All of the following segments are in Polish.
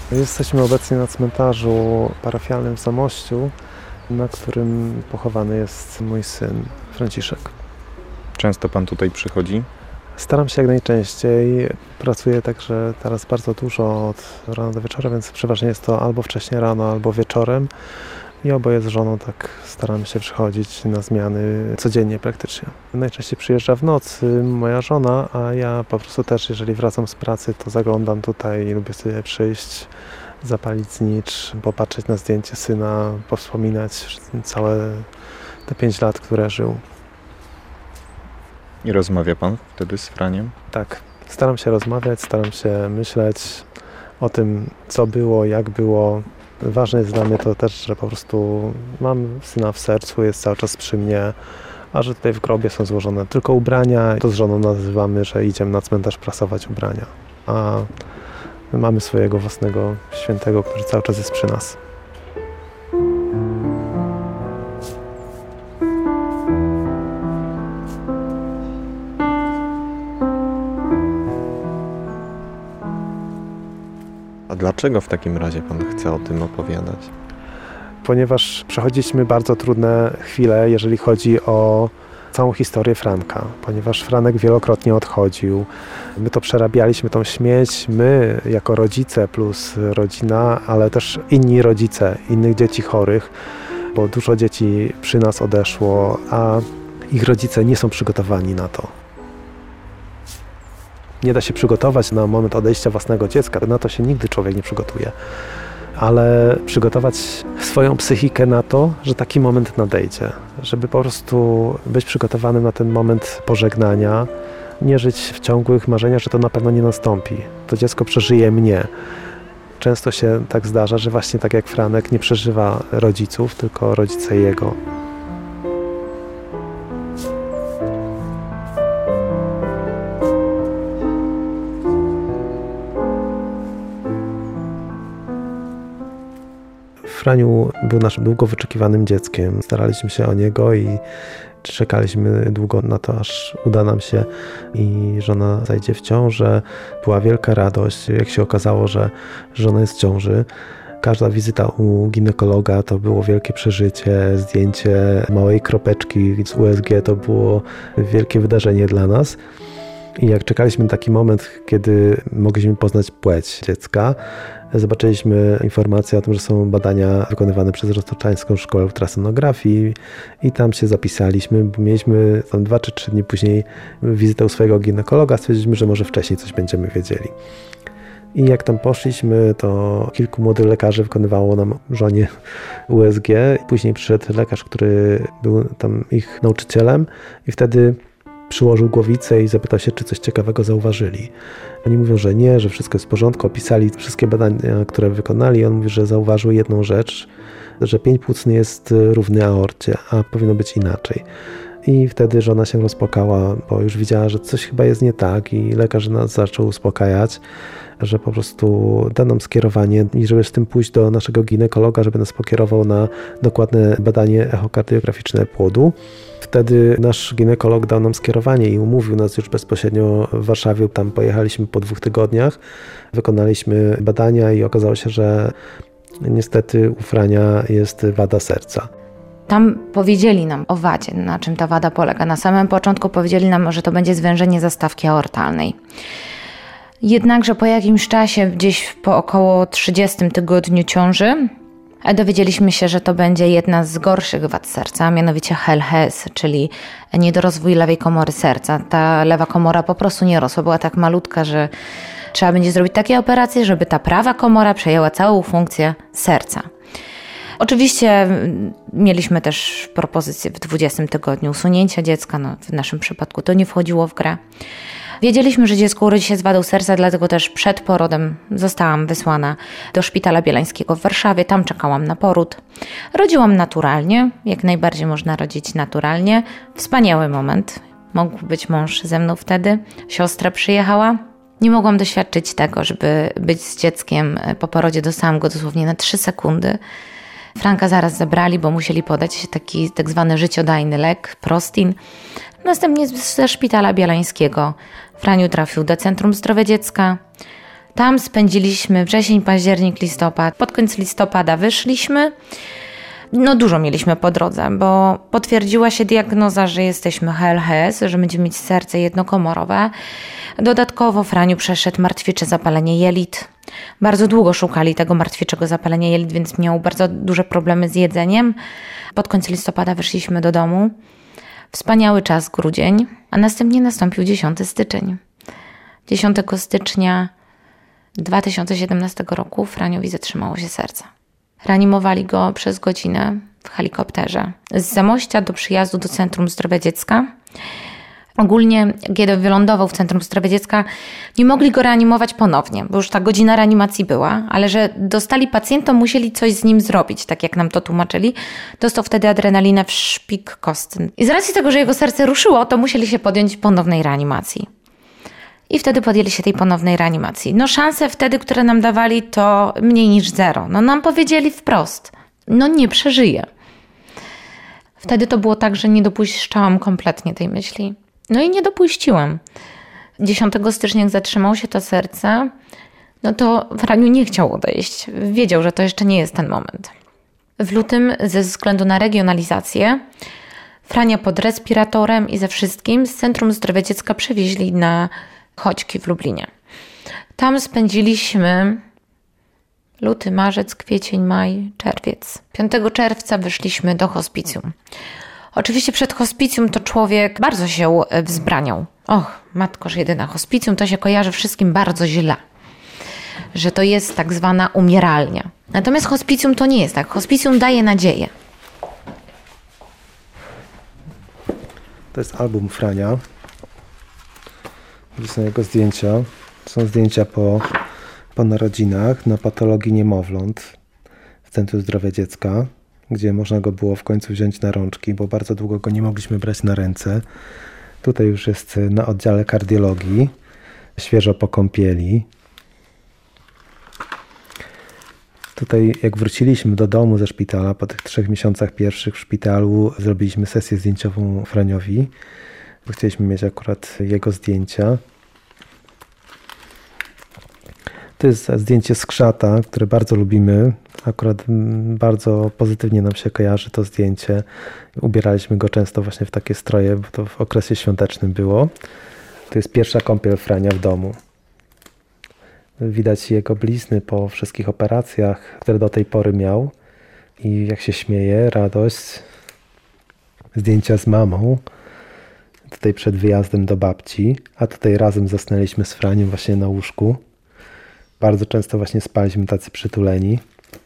Jesteśmy obecnie na cmentarzu parafialnym w Zamościu, na którym pochowany jest mój syn Franciszek. Często pan tutaj przychodzi? Staram się jak najczęściej. Pracuję także teraz bardzo dużo od rana do wieczora, więc przeważnie jest to albo wcześnie rano, albo wieczorem. I oboje z żoną tak staramy się przychodzić na zmiany codziennie praktycznie. Najczęściej przyjeżdża w nocy moja żona, a ja po prostu też, jeżeli wracam z pracy, to zaglądam tutaj i lubię sobie przyjść, zapalić znicz, popatrzeć na zdjęcie syna, powspominać całe te 5 lat, które żył. I rozmawia pan wtedy z Franiem? Tak, staram się rozmawiać, staram się myśleć o tym, co było, jak było. Ważne jest dla mnie to też, że po prostu mam syna w sercu, jest cały czas przy mnie, a że tutaj w grobie są złożone tylko ubrania. To z żoną nazywamy, że idziemy na cmentarz prasować ubrania, a mamy swojego własnego świętego, który cały czas jest przy nas. A dlaczego w takim razie pan chce o tym opowiadać? Ponieważ przechodziliśmy bardzo trudne chwile, jeżeli chodzi o całą historię Franka, ponieważ Franek wielokrotnie odchodził. My to przerabialiśmy, tą śmierć, my jako rodzice plus rodzina, ale też inni rodzice innych dzieci chorych, bo dużo dzieci przy nas odeszło, a ich rodzice nie są przygotowani na to. Nie da się przygotować na moment odejścia własnego dziecka, na to się nigdy człowiek nie przygotuje. Ale przygotować swoją psychikę na to, że taki moment nadejdzie. Żeby po prostu być przygotowanym na ten moment pożegnania, nie żyć w ciągłych marzeniach, że to na pewno nie nastąpi. To dziecko przeżyje mnie. Często się tak zdarza, że właśnie tak jak Franek nie przeżywa rodziców, tylko rodzice jego. Franiu był naszym długo wyczekiwanym dzieckiem. Staraliśmy się o niego i czekaliśmy długo na to, aż uda nam się i żona zajdzie w ciążę. Była wielka radość, jak się okazało, że żona jest w ciąży. Każda wizyta u ginekologa to było wielkie przeżycie, zdjęcie małej kropeczki z USG to było wielkie wydarzenie dla nas. I jak czekaliśmy na taki moment, kiedy mogliśmy poznać płeć dziecka, zobaczyliśmy informację o tym, że są badania wykonywane przez Roztoczańską Szkołę Ultrasonografii i tam się zapisaliśmy. Mieliśmy tam 2 czy 3 dni później wizytę u swojego ginekologa, stwierdziliśmy, że może wcześniej coś będziemy wiedzieli. I jak tam poszliśmy, to kilku młodych lekarzy wykonywało nam żonie USG. Później przyszedł lekarz, który był tam ich nauczycielem i wtedy przyłożył głowicę i zapytał się, czy coś ciekawego zauważyli. Oni mówią, że nie, że wszystko jest w porządku, opisali wszystkie badania, które wykonali. On mówi, że zauważył jedną rzecz, że pień płucny jest równy aorcie, a powinno być inaczej. I wtedy żona się rozpłakała, bo już widziała, że coś chyba jest nie tak i lekarz nas zaczął uspokajać, że po prostu da nam skierowanie i żeby z tym pójść do naszego ginekologa, żeby nas pokierował na dokładne badanie echokardiograficzne płodu. Wtedy nasz ginekolog dał nam skierowanie i umówił nas już bezpośrednio w Warszawie. Tam pojechaliśmy po 2 tygodniach, wykonaliśmy badania i okazało się, że niestety u Frania jest wada serca. Tam powiedzieli nam o wadzie, na czym ta wada polega. Na samym początku powiedzieli nam, że to będzie zwężenie zastawki aortalnej. Jednakże po jakimś czasie, gdzieś po około 30 tygodniu ciąży, dowiedzieliśmy się, że to będzie jedna z gorszych wad serca, a mianowicie HLHS, czyli niedorozwój lewej komory serca. Ta lewa komora po prostu nie rosła, była tak malutka, że trzeba będzie zrobić takie operacje, żeby ta prawa komora przejęła całą funkcję serca. Oczywiście mieliśmy też propozycję w 20 tygodniu usunięcia dziecka, w naszym przypadku to nie wchodziło w grę. Wiedzieliśmy, że dziecko urodzi się z wadą serca, dlatego też przed porodem zostałam wysłana do Szpitala Bielańskiego w Warszawie. Tam czekałam na poród. Rodziłam naturalnie, jak najbardziej można rodzić naturalnie. Wspaniały moment. Mógł być mąż ze mną wtedy. Siostra przyjechała. Nie mogłam doświadczyć tego, żeby być z dzieckiem po porodzie. Dostałam go dosłownie na 3 sekundy. Franka zaraz zabrali, bo musieli podać taki tak zwany życiodajny lek, Prostin. Następnie ze Szpitala Bielańskiego Franiu trafił do Centrum Zdrowia Dziecka. Tam spędziliśmy wrzesień, październik, listopad. Pod koniec listopada wyszliśmy. Dużo mieliśmy po drodze, bo potwierdziła się diagnoza, że jesteśmy HLHS, że będziemy mieć serce jednokomorowe. Dodatkowo Franiu przeszedł martwicze zapalenie jelit. Bardzo długo szukali tego martwiczego zapalenia jelit, więc miał bardzo duże problemy z jedzeniem. Pod koniec listopada wyszliśmy do domu. Wspaniały czas, grudzień, a następnie nastąpił 10 styczeń. 10 stycznia 2017 roku Franiowi zatrzymało się serce. Reanimowali go przez godzinę w helikopterze z Zamościa do przyjazdu do Centrum Zdrowia Dziecka. Ogólnie, kiedy wylądował w Centrum Zdrowia Dziecka, nie mogli go reanimować ponownie, bo już ta godzina reanimacji była, ale że dostali pacjenta, musieli coś z nim zrobić, tak jak nam to tłumaczyli. Dostał wtedy adrenalinę w szpik kostny. I z racji tego, że jego serce ruszyło, to musieli się podjąć ponownej reanimacji. I wtedy podjęli się tej ponownej reanimacji. Szanse wtedy, które nam dawali, to mniej niż 0. Nam powiedzieli wprost, nie przeżyje. Wtedy to było tak, że nie dopuszczałam kompletnie tej myśli. I nie dopuściłam. 10 stycznia, jak zatrzymało się to serce, to Franiu nie chciał odejść. Wiedział, że to jeszcze nie jest ten moment. W lutym, ze względu na regionalizację, Frania pod respiratorem i ze wszystkim z Centrum Zdrowia Dziecka przewieźli na Chodźki w Lublinie. Tam spędziliśmy luty, marzec, kwiecień, maj, czerwiec. 5 czerwca wyszliśmy do hospicjum. Oczywiście przed hospicjum to człowiek bardzo się wzbraniał. Matkoż jedyna, hospicjum to się kojarzy wszystkim bardzo źle. Że to jest tak zwana umieralnia. Natomiast hospicjum to nie jest tak. Hospicjum daje nadzieję. To jest album Frania. Tu są jego zdjęcia. To są zdjęcia po narodzinach na patologii niemowląt w Centrum Zdrowia Dziecka, gdzie można go było w końcu wziąć na rączki, bo bardzo długo go nie mogliśmy brać na ręce. Tutaj już jest na oddziale kardiologii, świeżo po kąpieli. Tutaj jak wróciliśmy do domu ze szpitala, po tych 3 miesiącach pierwszych w szpitalu, zrobiliśmy sesję zdjęciową Franiowi, bo chcieliśmy mieć akurat jego zdjęcia. To jest zdjęcie skrzata, które bardzo lubimy. Akurat bardzo pozytywnie nam się kojarzy to zdjęcie. Ubieraliśmy go często właśnie w takie stroje, bo to w okresie świątecznym było. To jest pierwsza kąpiel Frania w domu. Widać jego blizny po wszystkich operacjach, które do tej pory miał. I jak się śmieje, radość. Zdjęcia z mamą. Tutaj przed wyjazdem do babci. A tutaj razem zasnęliśmy z Franiem właśnie na łóżku. Bardzo często właśnie spaliśmy tacy przytuleni.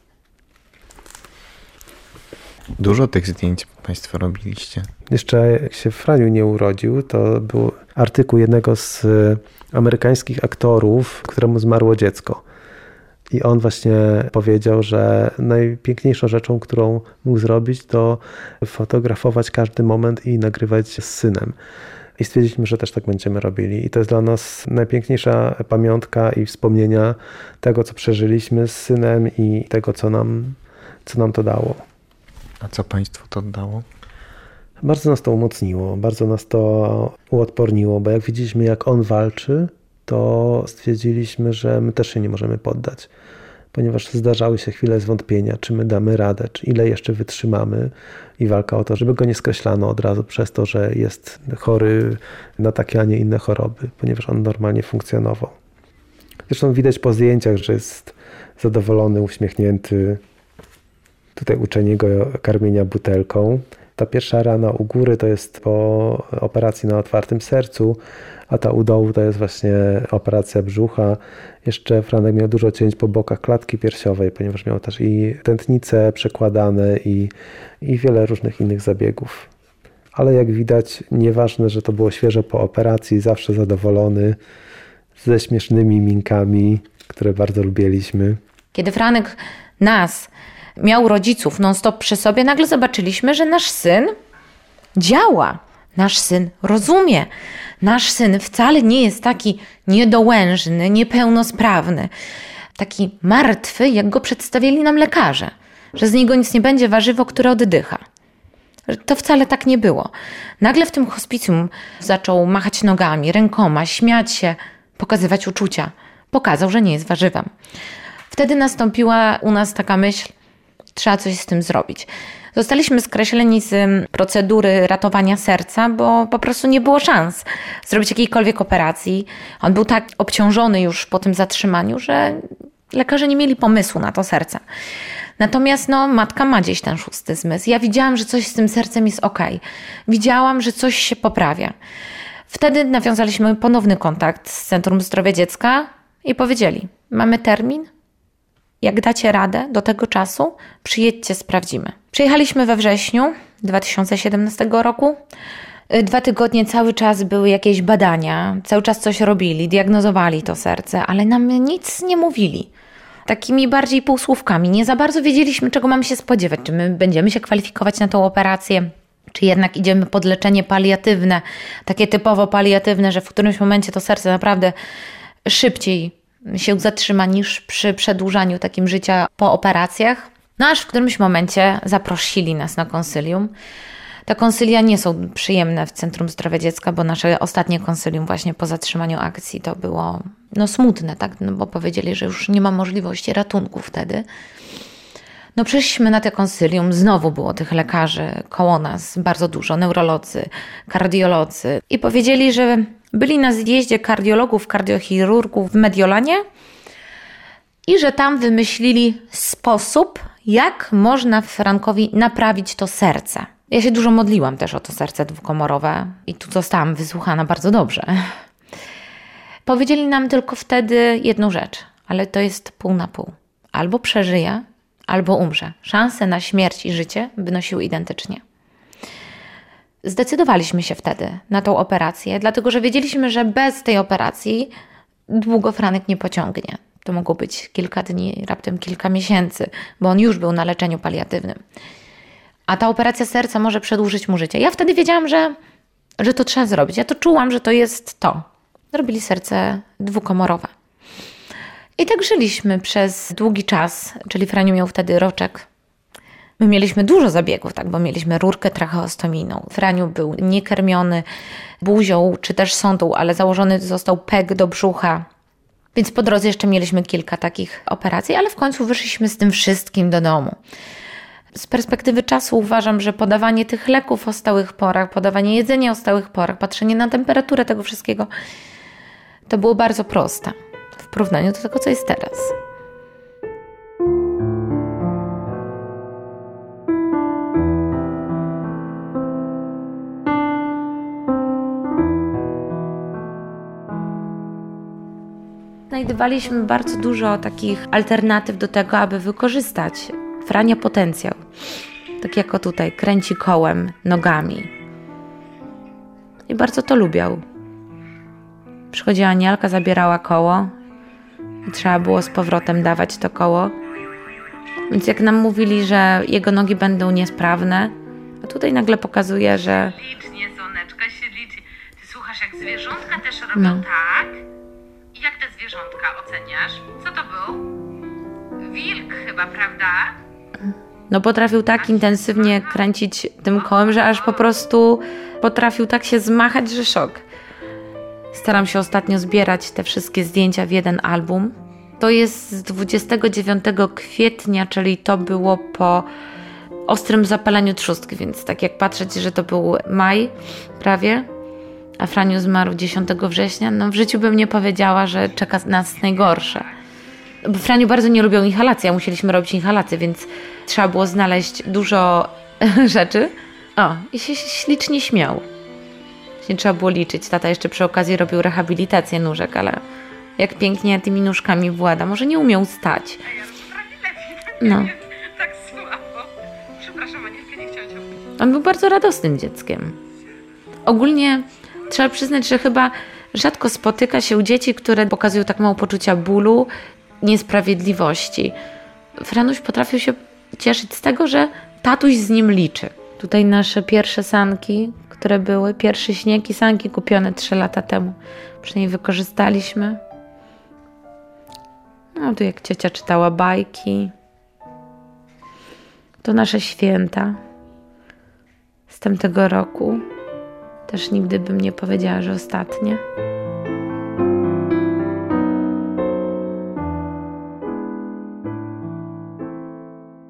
Dużo tych zdjęć Państwo robiliście. Jeszcze jak się Franiu nie urodził, to był artykuł jednego z amerykańskich aktorów, któremu zmarło dziecko. I on właśnie powiedział, że najpiękniejszą rzeczą, którą mógł zrobić, to fotografować każdy moment i nagrywać z synem. I stwierdziliśmy, że też tak będziemy robili. I to jest dla nas najpiękniejsza pamiątka i wspomnienia tego, co przeżyliśmy z synem i tego, co nam to dało. A co Państwu to dało? Bardzo nas to umocniło, bardzo nas to uodporniło, bo jak widzieliśmy, jak on walczy, to stwierdziliśmy, że my też się nie możemy poddać, ponieważ zdarzały się chwile zwątpienia, czy my damy radę, czy ile jeszcze wytrzymamy i walka o to, żeby go nie skreślano od razu przez to, że jest chory na takie, a nie inne choroby, ponieważ on normalnie funkcjonował. Zresztą widać po zdjęciach, że jest zadowolony, uśmiechnięty. Tutaj uczenie go karmienia butelką. Ta pierwsza rana u góry to jest po operacji na otwartym sercu, a ta u dołu to jest właśnie operacja brzucha. Jeszcze Franek miał dużo cięć po bokach klatki piersiowej, ponieważ miał też i tętnice przekładane i wiele różnych innych zabiegów. Ale jak widać, nieważne, że to było świeżo po operacji, zawsze zadowolony, ze śmiesznymi minkami, które bardzo lubiliśmy. Kiedy Franek miał rodziców non-stop przy sobie, nagle zobaczyliśmy, że nasz syn działa. Nasz syn rozumie. Nasz syn wcale nie jest taki niedołężny, niepełnosprawny. Taki martwy, jak go przedstawili nam lekarze. Że z niego nic nie będzie, warzywo, które oddycha. To wcale tak nie było. Nagle w tym hospicjum zaczął machać nogami, rękoma, śmiać się, pokazywać uczucia. pokazał, że nie jest warzywem. Wtedy nastąpiła u nas taka myśl, trzeba coś z tym zrobić. Zostaliśmy skreśleni z procedury ratowania serca, bo po prostu nie było szans zrobić jakiejkolwiek operacji. On był tak obciążony już po tym zatrzymaniu, że lekarze nie mieli pomysłu na to serce. Natomiast matka ma gdzieś ten szósty zmysł. Ja widziałam, że coś z tym sercem jest okej. Widziałam, że coś się poprawia. Wtedy nawiązaliśmy ponowny kontakt z Centrum Zdrowia Dziecka i powiedzieli, mamy termin, jak dacie radę do tego czasu, przyjedźcie, sprawdzimy. Przyjechaliśmy we wrześniu 2017 roku. 2 tygodnie cały czas były jakieś badania, cały czas coś robili, diagnozowali to serce, ale nam nic nie mówili. Takimi bardziej półsłówkami. Nie za bardzo wiedzieliśmy, czego mamy się spodziewać. Czy my będziemy się kwalifikować na tą operację, czy jednak idziemy pod leczenie paliatywne, takie typowo paliatywne, że w którymś momencie to serce naprawdę szybciej się zatrzyma niż przy przedłużaniu takim życia po operacjach. Aż w którymś momencie zaprosili nas na konsylium. Te konsylia nie są przyjemne w Centrum Zdrowia Dziecka, bo nasze ostatnie konsylium właśnie po zatrzymaniu akcji to było smutne, tak? Bo powiedzieli, że już nie ma możliwości ratunku wtedy. Przyszliśmy na te konsylium, znowu było tych lekarzy koło nas bardzo dużo, neurolodzy, kardiolodzy i powiedzieli, że byli na zjeździe kardiologów, kardiochirurgów w Mediolanie i że tam wymyślili sposób, jak można Frankowi naprawić to serce. Ja się dużo modliłam też o to serce dwukomorowe i tu zostałam wysłuchana bardzo dobrze. Powiedzieli nam tylko wtedy jedną rzecz, ale to jest pół na pół. Albo przeżyje, albo umrze. Szanse na śmierć i życie wynosiły identycznie. Zdecydowaliśmy się wtedy na tą operację, dlatego że wiedzieliśmy, że bez tej operacji długo Franek nie pociągnie. To mogło być kilka dni, raptem kilka miesięcy, bo on już był na leczeniu paliatywnym. A ta operacja serca może przedłużyć mu życie. Ja wtedy wiedziałam, że to trzeba zrobić. Ja to czułam, że to jest to. Zrobili serce dwukomorowe. I tak żyliśmy przez długi czas, czyli Franiu miał wtedy roczek. My mieliśmy dużo zabiegów, tak, bo mieliśmy rurkę tracheostomijną. Franiu był niekarmiony buzią czy też sondą, ale założony został peg do brzucha. Więc po drodze jeszcze mieliśmy kilka takich operacji, ale w końcu wyszliśmy z tym wszystkim do domu. Z perspektywy czasu uważam, że podawanie tych leków o stałych porach, podawanie jedzenia o stałych porach, patrzenie na temperaturę tego wszystkiego, to było bardzo proste w porównaniu do tego, co jest teraz. Znajdowaliśmy bardzo dużo takich alternatyw do tego, aby wykorzystać Frania potencjał. Tak jak tutaj, kręci kołem, nogami. I bardzo to lubiał. Przychodziła Anielka, zabierała koło i trzeba było z powrotem dawać to koło. Więc jak nam mówili, że jego nogi będą niesprawne, a tutaj nagle pokazuje, że... Licznie, słoneczka, się liczy. Ty słuchasz, jak zwierzątka też robią tak? I jak te zwierzątka oceniasz? Co to był? Wilk chyba, prawda? Potrafił tak intensywnie kręcić tym kołem, że aż po prostu potrafił tak się zmachać, że szok. Staram się ostatnio zbierać te wszystkie zdjęcia w jeden album. To jest z 29 kwietnia, czyli to było po ostrym zapaleniu trzustki, więc tak jak patrzeć, że to był maj prawie, a Franiu zmarł 10 września, w życiu bym nie powiedziała, że czeka nas najgorsze. Bo Franiu bardzo nie lubią inhalacji, a musieliśmy robić inhalację, więc trzeba było znaleźć dużo rzeczy. I się ślicznie śmiał. Nie trzeba było liczyć. Tata jeszcze przy okazji robił rehabilitację nóżek, ale jak pięknie tymi nóżkami włada. Może nie umiał stać. A ja prawie lepiej. Tak słabo. Przepraszam, Anielka, nie chciałam cię mówić. On był bardzo radosnym dzieckiem. Ogólnie trzeba przyznać, że chyba rzadko spotyka się dzieci, które pokazują tak mało poczucia bólu, niesprawiedliwości. Franuś potrafił się cieszyć z tego, że tatuś z nim liczy. Tutaj nasze pierwsze sanki, które były, pierwszy śnieg i sanki kupione 3 lata temu. Przynajmniej wykorzystaliśmy. Tu jak ciocia czytała bajki. To nasze święta z tamtego roku. Też nigdy bym nie powiedziała, że ostatnie.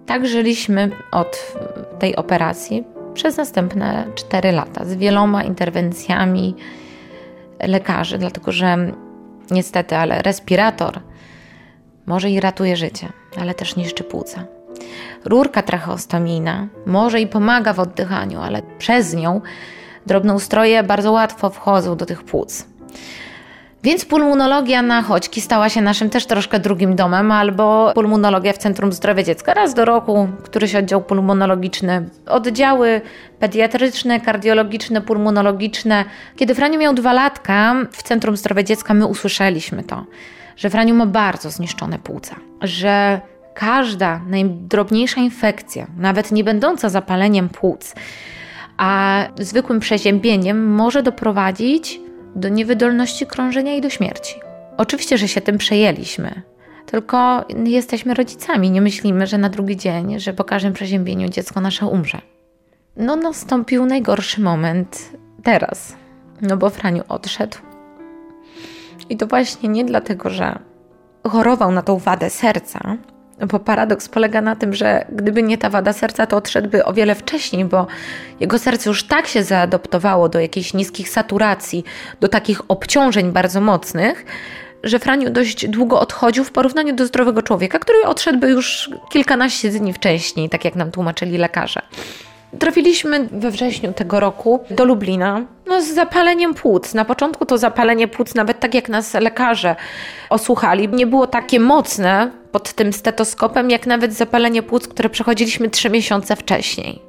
Tak żyliśmy od tej operacji przez następne 4 lata z wieloma interwencjami lekarzy, dlatego że niestety, ale respirator może i ratuje życie, ale też niszczy płuca. Rurka tracheostomijna może i pomaga w oddychaniu, ale przez nią drobnoustroje bardzo łatwo wchodzą do tych płuc. Więc pulmonologia na Chodźki stała się naszym też troszkę drugim domem, albo pulmonologia w Centrum Zdrowia Dziecka. Raz do roku któryś oddział pulmonologiczny, oddziały pediatryczne, kardiologiczne, pulmonologiczne. Kiedy Franiu miał 2 latka w Centrum Zdrowia Dziecka, my usłyszeliśmy to, że Franiu ma bardzo zniszczone płuca, że każda najdrobniejsza infekcja, nawet nie będąca zapaleniem płuc, a zwykłym przeziębieniem, może doprowadzić do niewydolności krążenia i do śmierci. Oczywiście, że się tym przejęliśmy, tylko jesteśmy rodzicami, nie myślimy, że na drugi dzień, że po każdym przeziębieniu dziecko nasze umrze. Nastąpił najgorszy moment teraz, bo Franiu odszedł. I to właśnie nie dlatego, że chorował na tą wadę serca, bo paradoks polega na tym, że gdyby nie ta wada serca, to odszedłby o wiele wcześniej, bo jego serce już tak się zaadoptowało do jakichś niskich saturacji, do takich obciążeń bardzo mocnych, że Franiu dość długo odchodził w porównaniu do zdrowego człowieka, który odszedłby już kilkanaście dni wcześniej, tak jak nam tłumaczyli lekarze. Trafiliśmy we wrześniu tego roku do Lublina z zapaleniem płuc. Na początku to zapalenie płuc, nawet tak jak nas lekarze osłuchali, nie było takie mocne pod tym stetoskopem, jak nawet zapalenie płuc, które przechodziliśmy 3 miesiące wcześniej.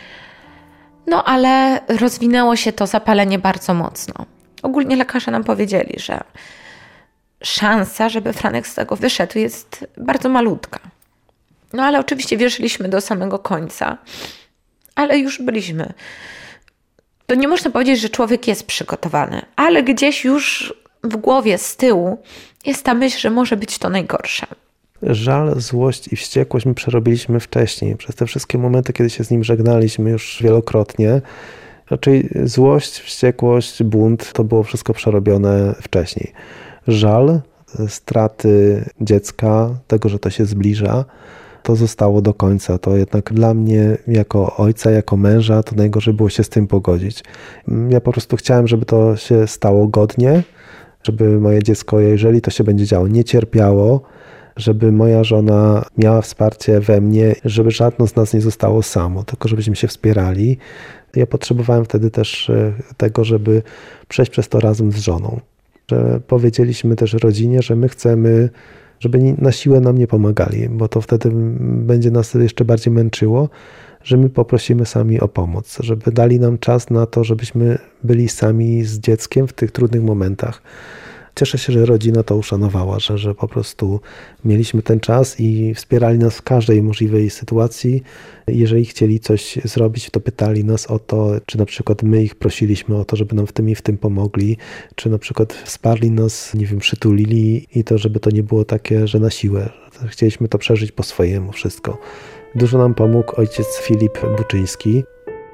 Ale rozwinęło się to zapalenie bardzo mocno. Ogólnie lekarze nam powiedzieli, że szansa, żeby Franek z tego wyszedł, jest bardzo malutka. Ale oczywiście wierzyliśmy do samego końca. Ale już byliśmy. To nie można powiedzieć, że człowiek jest przygotowany, ale gdzieś już w głowie z tyłu jest ta myśl, że może być to najgorsze. Żal, złość i wściekłość my przerobiliśmy wcześniej. Przez te wszystkie momenty, kiedy się z nim żegnaliśmy już wielokrotnie. Raczej złość, wściekłość, bunt, to było wszystko przerobione wcześniej. Żal, straty dziecka, tego, że to się zbliża, to zostało do końca. To jednak dla mnie jako ojca, jako męża, to najgorzej było się z tym pogodzić. Ja po prostu chciałem, żeby to się stało godnie, żeby moje dziecko, jeżeli to się będzie działo, nie cierpiało, żeby moja żona miała wsparcie we mnie, żeby żadno z nas nie zostało samo, tylko żebyśmy się wspierali. Ja potrzebowałem wtedy też tego, żeby przejść przez to razem z żoną. Że powiedzieliśmy też rodzinie, że my chcemy, żeby na siłę nam nie pomagali, bo to wtedy będzie nas jeszcze bardziej męczyło, że my poprosimy sami o pomoc, żeby dali nam czas na to, żebyśmy byli sami z dzieckiem w tych trudnych momentach. Cieszę się, że rodzina to uszanowała, że po prostu mieliśmy ten czas i wspierali nas w każdej możliwej sytuacji. Jeżeli chcieli coś zrobić, to pytali nas o to, czy na przykład my ich prosiliśmy o to, żeby nam w tym i w tym pomogli, czy na przykład wsparli nas, przytulili i to, żeby to nie było takie, że na siłę. Chcieliśmy to przeżyć po swojemu wszystko. Dużo nam pomógł ojciec Filip Buczyński.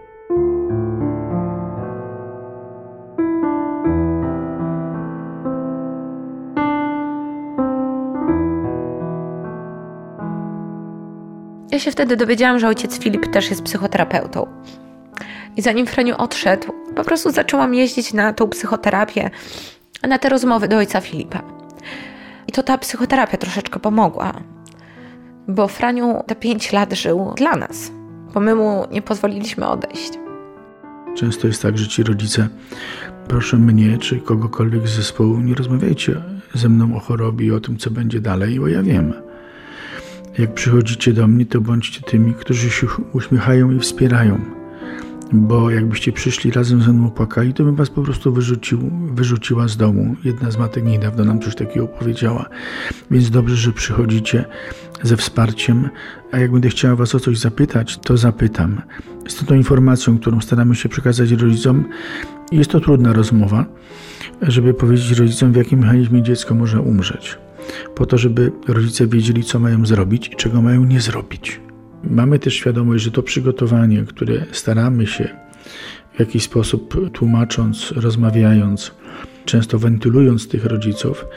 Ja się wtedy dowiedziałam, że ojciec Filip też jest psychoterapeutą. I zanim Franiu odszedł, po prostu zaczęłam jeździć na tą psychoterapię, na te rozmowy do ojca Filipa. I to ta psychoterapia troszeczkę pomogła, bo Franiu te 5 lat żył dla nas, bo my mu nie pozwoliliśmy odejść. Często jest tak, że ci rodzice, proszę mnie czy kogokolwiek z zespołu, nie rozmawiajcie ze mną o chorobie i o tym, co będzie dalej, bo ja wiem. Jak przychodzicie do mnie, to bądźcie tymi, którzy się uśmiechają i wspierają. Bo jakbyście przyszli razem ze mną płakali, to bym was po prostu wyrzuciła z domu. Jedna z matek niedawno nam coś takiego powiedziała. Więc dobrze, że przychodzicie ze wsparciem. A jak będę chciała was o coś zapytać, to zapytam. Jest to tą informacją, którą staramy się przekazać rodzicom. Jest to trudna rozmowa, żeby powiedzieć rodzicom, w jakim mechanizmie dziecko może umrzeć. Po to, żeby rodzice wiedzieli, co mają zrobić i czego mają nie zrobić. Mamy też świadomość, że to przygotowanie, które staramy się w jakiś sposób tłumacząc, rozmawiając, często wentylując tych rodziców,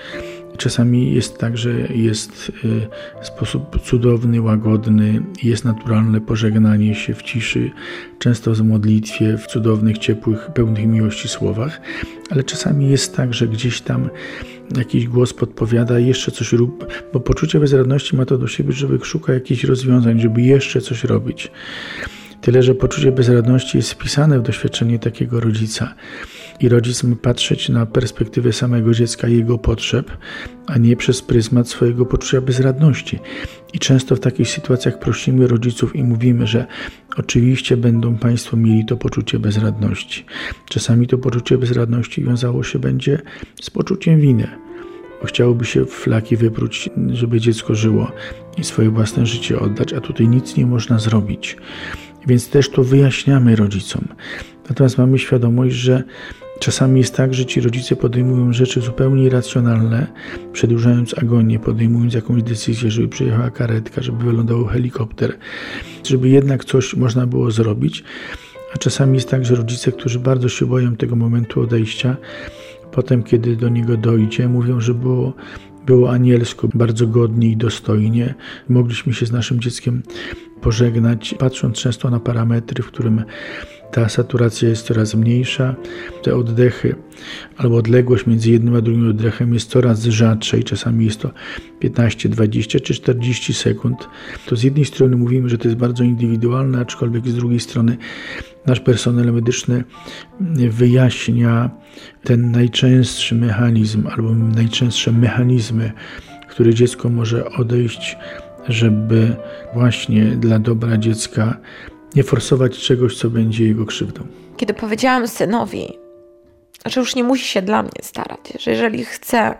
Czasami jest tak, że jest sposób cudowny, łagodny, jest naturalne pożegnanie się w ciszy, często w modlitwie, w cudownych, ciepłych, pełnych miłości słowach, ale czasami jest tak, że gdzieś tam jakiś głos podpowiada, jeszcze coś rób, bo poczucie bezradności ma to do siebie, że człowiek szuka jakichś rozwiązań, żeby jeszcze coś robić. Tyle, że poczucie bezradności jest wpisane w doświadczenie takiego rodzica. I rodzic ma patrzeć na perspektywę samego dziecka i jego potrzeb, a nie przez pryzmat swojego poczucia bezradności. I często w takich sytuacjach prosimy rodziców i mówimy, że oczywiście będą Państwo mieli to poczucie bezradności. Czasami to poczucie bezradności wiązało się będzie z poczuciem winy. Bo chciałoby się flaki wypróć, żeby dziecko żyło i swoje własne życie oddać, a tutaj nic nie można zrobić. Więc też to wyjaśniamy rodzicom. Natomiast mamy świadomość, że czasami jest tak, że ci rodzice podejmują rzeczy zupełnie irracjonalne, przedłużając agonię, podejmując jakąś decyzję, żeby przyjechała karetka, żeby wylądował helikopter, żeby jednak coś można było zrobić. A czasami jest tak, że rodzice, którzy bardzo się boją tego momentu odejścia, potem, kiedy do niego dojdzie, mówią, że było anielsko, bardzo godnie i dostojnie. Mogliśmy się z naszym dzieckiem pożegnać, patrząc często na parametry, w którym ta saturacja jest coraz mniejsza, te oddechy albo odległość między jednym a drugim oddechem jest coraz rzadsza i czasami jest to 15, 20 czy 40 sekund. To z jednej strony mówimy, że to jest bardzo indywidualne, aczkolwiek z drugiej strony nasz personel medyczny wyjaśnia ten najczęstszy mechanizm albo najczęstsze mechanizmy, które dziecko może odejść, żeby właśnie dla dobra dziecka nie forsować czegoś, co będzie jego krzywdą. Kiedy powiedziałam synowi, że już nie musi się dla mnie starać, że jeżeli chce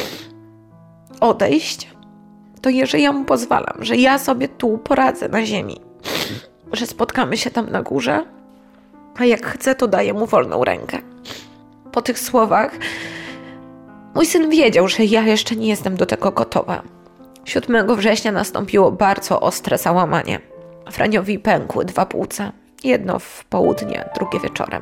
odejść, to jeżeli ja mu pozwalam, że ja sobie tu poradzę na ziemi, że spotkamy się tam na górze, a jak chce, to daję mu wolną rękę. Po tych słowach mój syn wiedział, że ja jeszcze nie jestem do tego gotowa. 7 września nastąpiło bardzo ostre załamanie. Franiowi pękły 2 płuca. Jedno w południe, drugie wieczorem.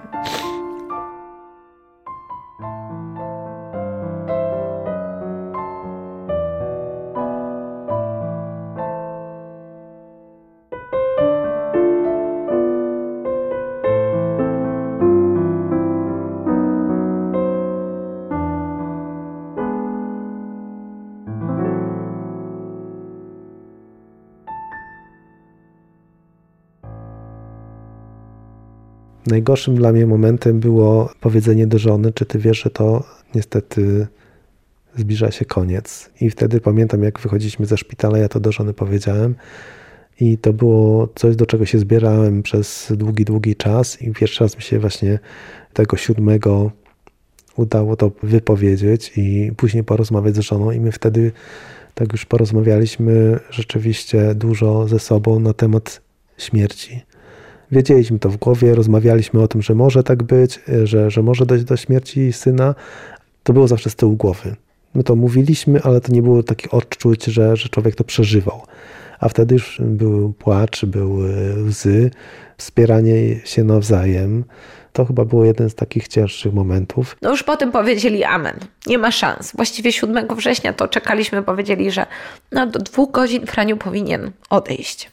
Najgorszym dla mnie momentem było powiedzenie do żony, czy ty wiesz, że to niestety zbliża się koniec. I wtedy pamiętam, jak wychodziliśmy ze szpitala, ja to do żony powiedziałem i to było coś, do czego się zbierałem przez długi czas i pierwszy raz mi się właśnie tego 7 udało to wypowiedzieć i później porozmawiać z żoną i my wtedy tak już porozmawialiśmy rzeczywiście dużo ze sobą na temat śmierci. Wiedzieliśmy to w głowie, rozmawialiśmy o tym, że może tak być, że może dojść do śmierci syna. To było zawsze z tyłu głowy. My to mówiliśmy, ale to nie było takich odczuć, że człowiek to przeżywał. A wtedy już był płacz, były łzy, wspieranie się nawzajem. To chyba było jeden z takich cięższych momentów. No już potem powiedzieli amen. Nie ma szans. Właściwie 7 września to czekaliśmy, powiedzieli, że do 2 godzin Franiu powinien odejść.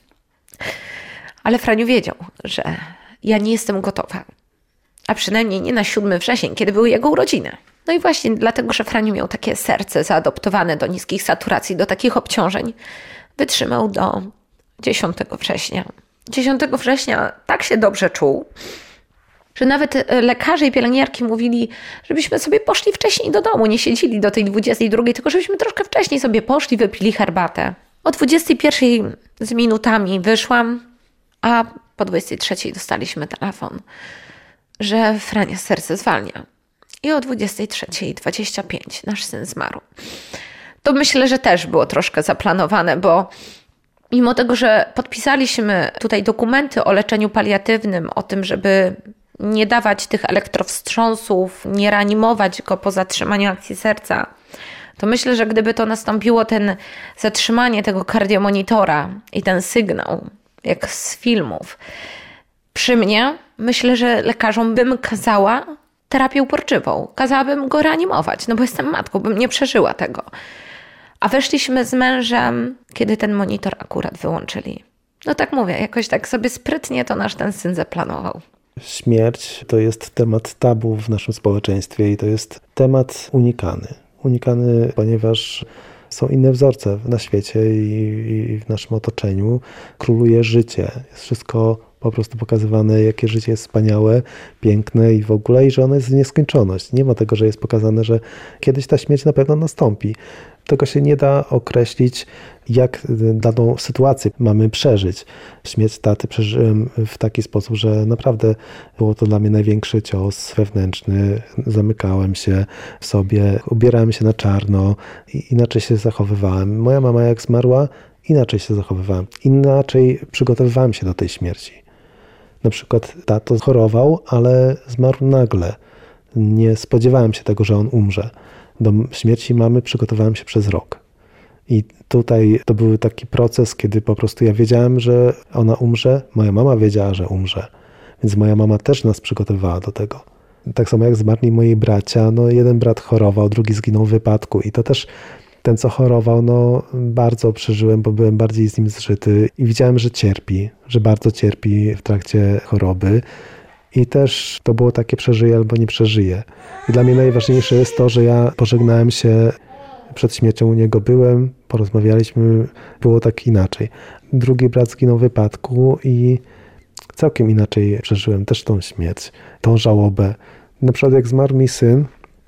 Ale Franiu wiedział, że ja nie jestem gotowa. A przynajmniej nie na 7 września, kiedy były jego urodziny. No i właśnie dlatego, że Franiu miał takie serce zaadoptowane do niskich saturacji, do takich obciążeń, wytrzymał do 10 września. 10 września tak się dobrze czuł, że nawet lekarze i pielęgniarki mówili, żebyśmy sobie poszli wcześniej do domu, nie siedzieli do tej 22, tylko żebyśmy troszkę wcześniej sobie poszli, wypili herbatę. O 21 z minutami wyszłam, a po 23 dostaliśmy telefon, że Frania serce zwalnia. I o 23:25 nasz syn zmarł. To myślę, że też było troszkę zaplanowane, bo mimo tego, że podpisaliśmy tutaj dokumenty o leczeniu paliatywnym, o tym, żeby nie dawać tych elektrowstrząsów, nie reanimować go po zatrzymaniu akcji serca, to myślę, że gdyby to nastąpiło, zatrzymanie tego kardiomonitora i ten sygnał, jak z filmów, przy mnie, myślę, że lekarzom bym kazała terapię uporczywą. Kazałabym go reanimować, no bo jestem matką, bym nie przeżyła tego. A weszliśmy z mężem, kiedy ten monitor akurat wyłączyli. No tak mówię, jakoś tak sobie sprytnie to nasz ten syn zaplanował. Śmierć to jest temat tabu w naszym społeczeństwie i to jest temat unikany. Unikany, ponieważ są inne wzorce na świecie i w naszym otoczeniu. Króluje życie. Jest wszystko po prostu pokazywane, jakie życie jest wspaniałe, piękne i w ogóle, i że ono jest w nieskończoność. Nie ma tego, że jest pokazane, że kiedyś ta śmierć na pewno nastąpi. Tego się nie da określić, jak daną sytuację mamy przeżyć. Śmierć taty przeżyłem w taki sposób, że naprawdę było to dla mnie największy cios wewnętrzny. Zamykałem się w sobie, ubierałem się na czarno i inaczej się zachowywałem. Moja mama jak zmarła, inaczej się zachowywałem. Inaczej przygotowywałem się do tej śmierci. Na przykład tato chorował, ale zmarł nagle. Nie spodziewałem się tego, że on umrze. Do śmierci mamy przygotowałem się przez rok. I tutaj to był taki proces, kiedy po prostu ja wiedziałem, że ona umrze, moja mama wiedziała, że umrze. Więc moja mama też nas przygotowywała do tego. Tak samo jak zmarli moi bracia, no jeden brat chorował, drugi zginął w wypadku i to też ten, co chorował, no bardzo przeżyłem, bo byłem bardziej z nim zżyty i widziałem, że cierpi, że bardzo cierpi w trakcie choroby. I też to było takie przeżyję albo nie przeżyję. I dla mnie najważniejsze jest to, że ja pożegnałem się przed śmiercią u niego, byłem, porozmawialiśmy, było tak inaczej. Drugi brat zginął w wypadku i całkiem inaczej przeżyłem też tą śmierć, tą żałobę. Na przykład jak zmarł mi syn,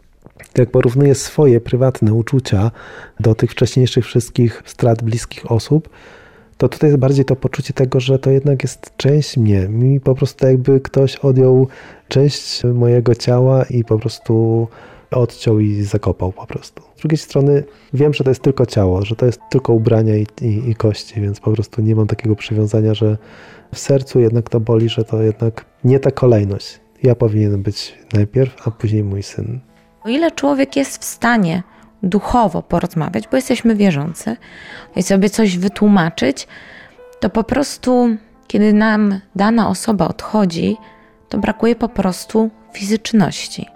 to jak porównuję swoje prywatne uczucia do tych wcześniejszych wszystkich strat bliskich osób, to tutaj jest bardziej to poczucie tego, że to jednak jest część mnie. Mi po prostu jakby ktoś odjął część mojego ciała i po prostu odciął i zakopał po prostu. Z drugiej strony wiem, że to jest tylko ciało, że to jest tylko ubrania i kości, więc po prostu nie mam takiego przywiązania, że w sercu jednak to boli, że to jednak nie ta kolejność. Ja powinienem być najpierw, a później mój syn. O ile człowiek jest w stanie duchowo porozmawiać, bo jesteśmy wierzący, i sobie coś wytłumaczyć, to po prostu, kiedy nam dana osoba odchodzi, to brakuje po prostu fizyczności,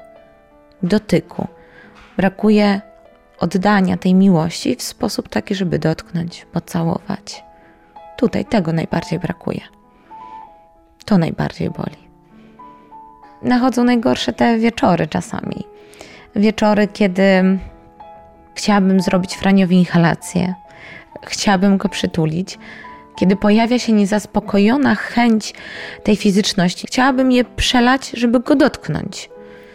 dotyku. Brakuje oddania tej miłości w sposób taki, żeby dotknąć, pocałować. Tutaj tego najbardziej brakuje. To najbardziej boli. Nachodzą najgorsze te wieczory czasami. Wieczory, kiedy chciałabym zrobić Franiowi inhalację, chciałabym go przytulić, kiedy pojawia się niezaspokojona chęć tej fizyczności, chciałabym je przelać, żeby go dotknąć.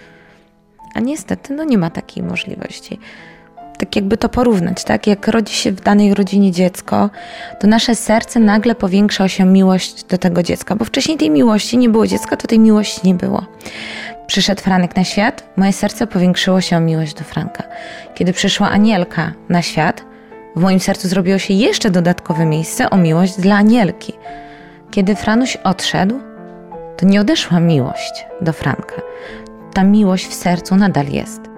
A niestety nie ma takiej możliwości. Tak jakby to porównać, tak? Jak rodzi się w danej rodzinie dziecko, to nasze serce nagle powiększa się miłość do tego dziecka, bo wcześniej tej miłości nie było dziecka, to tej miłości nie było. Przyszedł Franek na świat, moje serce powiększyło się o miłość do Franka. Kiedy przyszła Anielka na świat, w moim sercu zrobiło się jeszcze dodatkowe miejsce o miłość dla Anielki. Kiedy Franuś odszedł, to nie odeszła miłość do Franka. Ta miłość w sercu nadal jest.